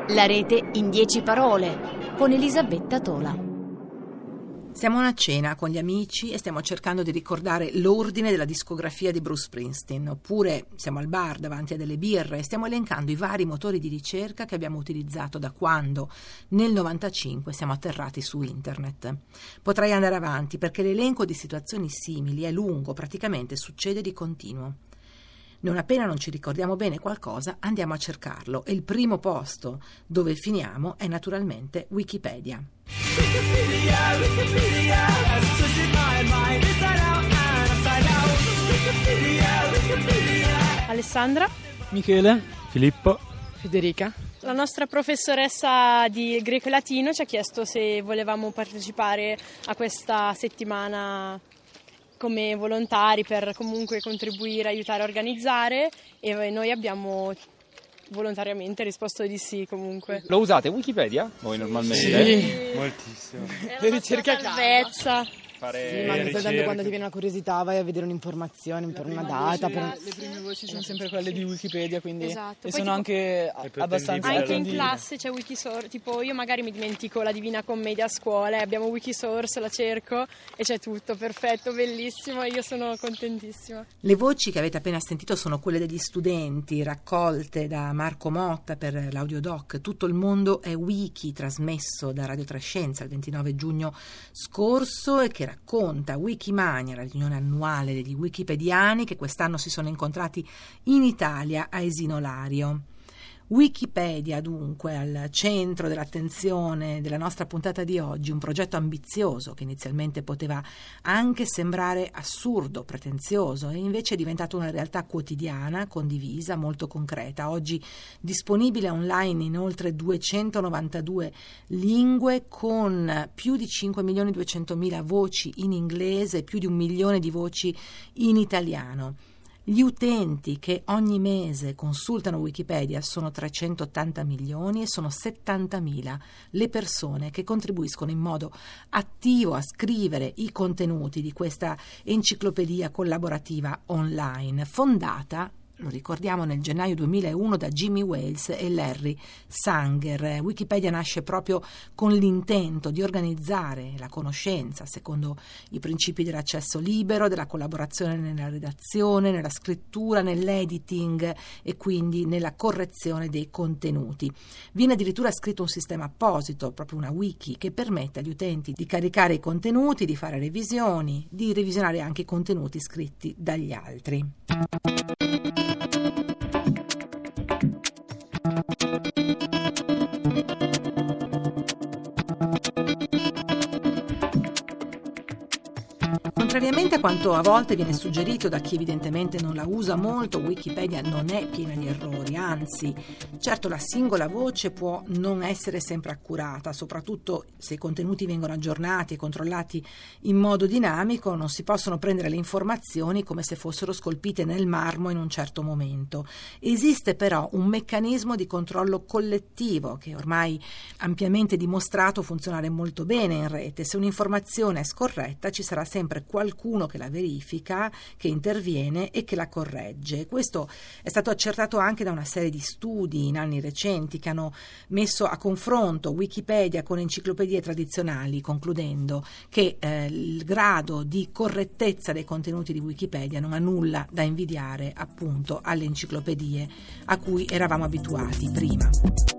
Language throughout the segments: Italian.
La rete in 10 parole con Elisabetta Tola. Siamo a cena con gli amici e stiamo cercando di ricordare l'ordine della discografia di Bruce Springsteen, oppure siamo al bar davanti a delle birre e stiamo elencando i vari motori di ricerca che abbiamo utilizzato da quando nel 95 siamo atterrati su internet. Potrei andare avanti perché l'elenco di situazioni simili è lungo, praticamente succede di continuo. Non appena non ci ricordiamo bene qualcosa, andiamo a cercarlo e il primo posto dove finiamo è naturalmente Wikipedia. Alessandra, Michele, Filippo, Federica. la nostra professoressa di greco e latino ci ha chiesto se volevamo partecipare a questa settimana come volontari per comunque contribuire, aiutare a organizzare, e noi abbiamo volontariamente risposto di sì comunque. Lo usate Wikipedia voi normalmente? Sì, Moltissimo. le ricerche a salvezza. Sì, ma mi sto dando quando ti viene una curiosità, vai a vedere un'informazione per una data. Le prime voci sono sempre quelle di Wikipedia, quindi Esatto. e Poi sono tipo, anche abbastanza anche in attendibili. classe c'è Wikisource, tipo io magari mi dimentico la Divina Commedia a scuola e abbiamo Wikisource, la cerco e c'è tutto, perfetto, bellissimo, e io sono contentissima. Le voci che avete appena sentito sono quelle degli studenti, raccolte da Marco Motta per l'Audiodoc. Tutto il mondo è Wiki, trasmesso da Radio Trescenza il 29 giugno scorso e che racconta Wikimania, la riunione annuale degli wikipediani che quest'anno si sono incontrati in Italia a Esinolario. Wikipedia dunque al centro dell'attenzione della nostra puntata di oggi, un progetto ambizioso che inizialmente poteva anche sembrare assurdo, pretenzioso, e invece è diventato una realtà quotidiana, condivisa, molto concreta, oggi disponibile online in oltre 292 lingue, con più di 5.200.000 voci in inglese e più di 1 milione di voci in italiano. Gli utenti che ogni mese consultano Wikipedia sono 380 milioni e sono 70.000 le persone che contribuiscono in modo attivo a scrivere i contenuti di questa enciclopedia collaborativa online, fondata, lo ricordiamo, nel gennaio 2001 da Jimmy Wales e Larry Sanger. Wikipedia nasce proprio con l'intento di organizzare la conoscenza secondo i principi dell'accesso libero, della collaborazione nella redazione, nella scrittura, nell'editing e quindi nella correzione dei contenuti. Viene addirittura scritto un sistema apposito, proprio una wiki, che permette agli utenti di caricare i contenuti, di fare revisioni, di revisionare anche i contenuti scritti dagli altri. Contrariamente a quanto a volte viene suggerito da chi evidentemente non la usa molto, Wikipedia non è piena di errori, anzi, certo la singola voce può non essere sempre accurata, soprattutto se i contenuti vengono aggiornati e controllati in modo dinamico, non si possono prendere le informazioni come se fossero scolpite nel marmo in un certo momento. Esiste però un meccanismo di controllo collettivo che ormai ampiamente dimostrato funzionare molto bene in rete. Se un'informazione è scorretta ci sarà sempre qualcuno che la verifica, che interviene e che la corregge. Questo è stato accertato anche da una serie di studi in anni recenti che hanno messo a confronto Wikipedia con enciclopedie tradizionali, concludendo che il grado di correttezza dei contenuti di Wikipedia non ha nulla da invidiare appunto alle enciclopedie a cui eravamo abituati prima.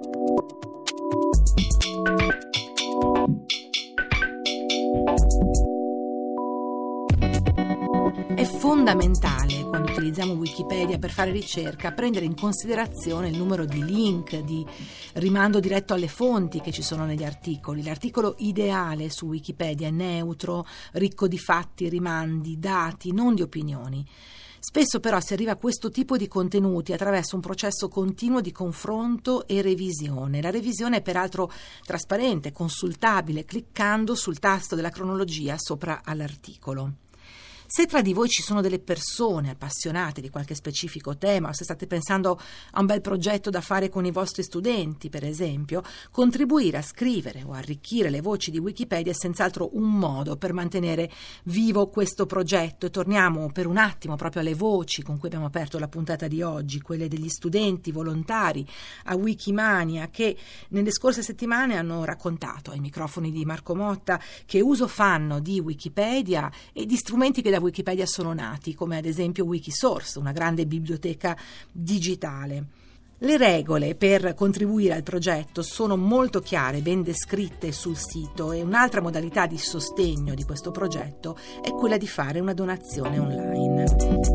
È fondamentale, quando utilizziamo Wikipedia per fare ricerca, prendere in considerazione il numero di link, di rimando diretto alle fonti che ci sono negli articoli. L'articolo ideale su Wikipedia è neutro, ricco di fatti, rimandi, dati, non di opinioni. Spesso però si arriva a questo tipo di contenuti attraverso un processo continuo di confronto e revisione. La revisione è peraltro trasparente, consultabile, cliccando sul tasto della cronologia sopra all'articolo. Se tra di voi ci sono delle persone appassionate di qualche specifico tema, o se state pensando a un bel progetto da fare con i vostri studenti, per esempio, contribuire a scrivere o arricchire le voci di Wikipedia è senz'altro un modo per mantenere vivo questo progetto. E torniamo per un attimo proprio alle voci con cui abbiamo aperto la puntata di oggi, quelle degli studenti volontari a Wikimania, che nelle scorse settimane hanno raccontato ai microfoni di Marco Motta che uso fanno di Wikipedia e di strumenti che da Wikipedia sono nati, come ad esempio Wikisource, una grande biblioteca digitale. Le regole per contribuire al progetto sono molto chiare, ben descritte sul sito, e un'altra modalità di sostegno di questo progetto è quella di fare una donazione online.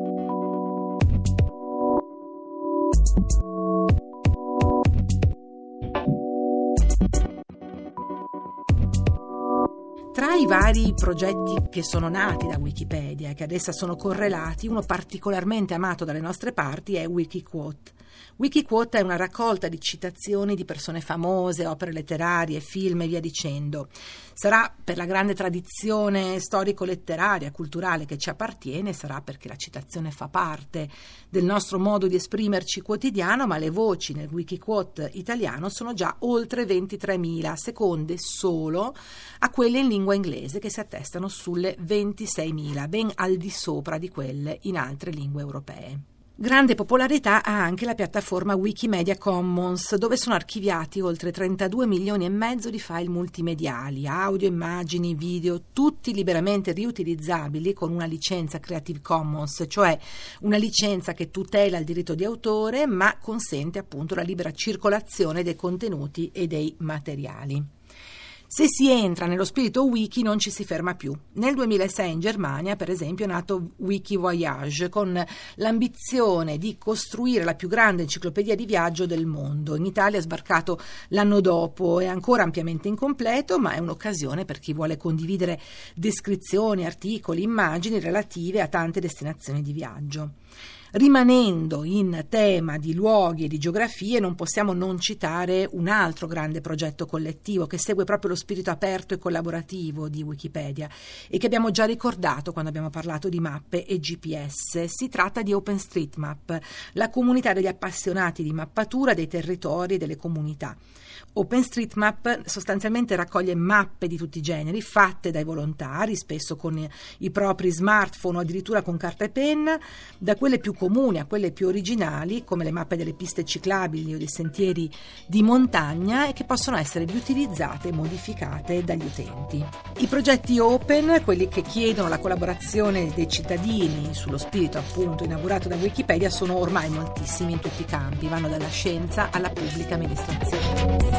Tra i vari progetti che sono nati da Wikipedia e che adesso sono correlati, uno particolarmente amato dalle nostre parti è Wikiquote. Wikiquote è una raccolta di citazioni di persone famose, opere letterarie, film e via dicendo. Sarà per la grande tradizione storico-letteraria, culturale che ci appartiene, sarà perché la citazione fa parte del nostro modo di esprimerci quotidiano, ma le voci nel Wikiquote italiano sono già oltre 23.000, seconde solo a quelle in lingua inglese, che si attestano sulle 26.000, ben al di sopra di quelle in altre lingue europee. Grande popolarità ha anche la piattaforma Wikimedia Commons, dove sono archiviati oltre 32 milioni e mezzo di file multimediali, audio, immagini, video, tutti liberamente riutilizzabili con una licenza Creative Commons, cioè una licenza che tutela il diritto di autore ma consente appunto la libera circolazione dei contenuti e dei materiali. Se si entra nello spirito wiki non ci si ferma più. Nel 2006 in Germania, per esempio, è nato Wikivoyage con l'ambizione di costruire la più grande enciclopedia di viaggio del mondo. In Italia è sbarcato l'anno dopo, è ancora ampiamente incompleto, ma è un'occasione per chi vuole condividere descrizioni, articoli, immagini relative a tante destinazioni di viaggio. Rimanendo in tema di luoghi e di geografie, non possiamo non citare un altro grande progetto collettivo che segue proprio lo spirito aperto e collaborativo di Wikipedia e che abbiamo già ricordato quando abbiamo parlato di mappe e GPS. Si tratta di OpenStreetMap, la comunità degli appassionati di mappatura dei territori e delle comunità. OpenStreetMap sostanzialmente raccoglie mappe di tutti i generi fatte dai volontari, spesso con i propri smartphone o addirittura con carta e penna, da quelle più comuni a quelle più originali, come le mappe delle piste ciclabili o dei sentieri di montagna, e che possono essere riutilizzate e modificate dagli utenti. I progetti open, quelli che chiedono la collaborazione dei cittadini sullo spirito appunto inaugurato da Wikipedia, sono ormai moltissimi in tutti i campi, vanno dalla scienza alla pubblica amministrazione.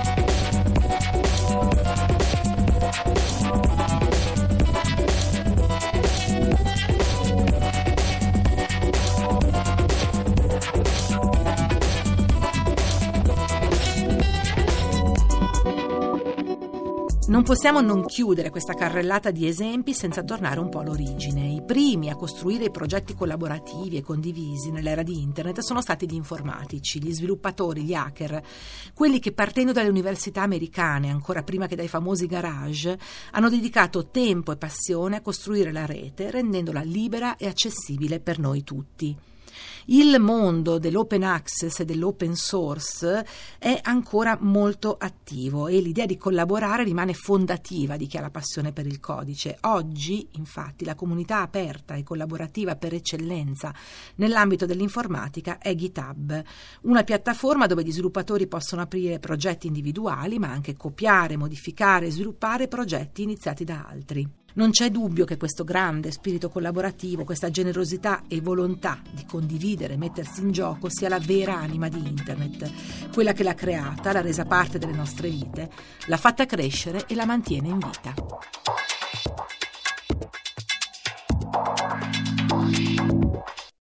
Non possiamo non chiudere questa carrellata di esempi senza tornare un po' all'origine. I primi a costruire i progetti collaborativi e condivisi nell'era di Internet sono stati gli informatici, gli sviluppatori, gli hacker, quelli che partendo dalle università americane, ancora prima che dai famosi garage, hanno dedicato tempo e passione a costruire la rete, rendendola libera e accessibile per noi tutti. Il mondo dell'open access e dell'open source è ancora molto attivo e l'idea di collaborare rimane fondativa di chi ha la passione per il codice. Oggi, infatti, la comunità aperta e collaborativa per eccellenza nell'ambito dell'informatica è GitHub, una piattaforma dove gli sviluppatori possono aprire progetti individuali, ma anche copiare, modificare e sviluppare progetti iniziati da altri. Non c'è dubbio che questo grande spirito collaborativo, questa generosità e volontà di condividere e mettersi in gioco sia la vera anima di Internet, quella che l'ha creata, l'ha resa parte delle nostre vite, l'ha fatta crescere e la mantiene in vita.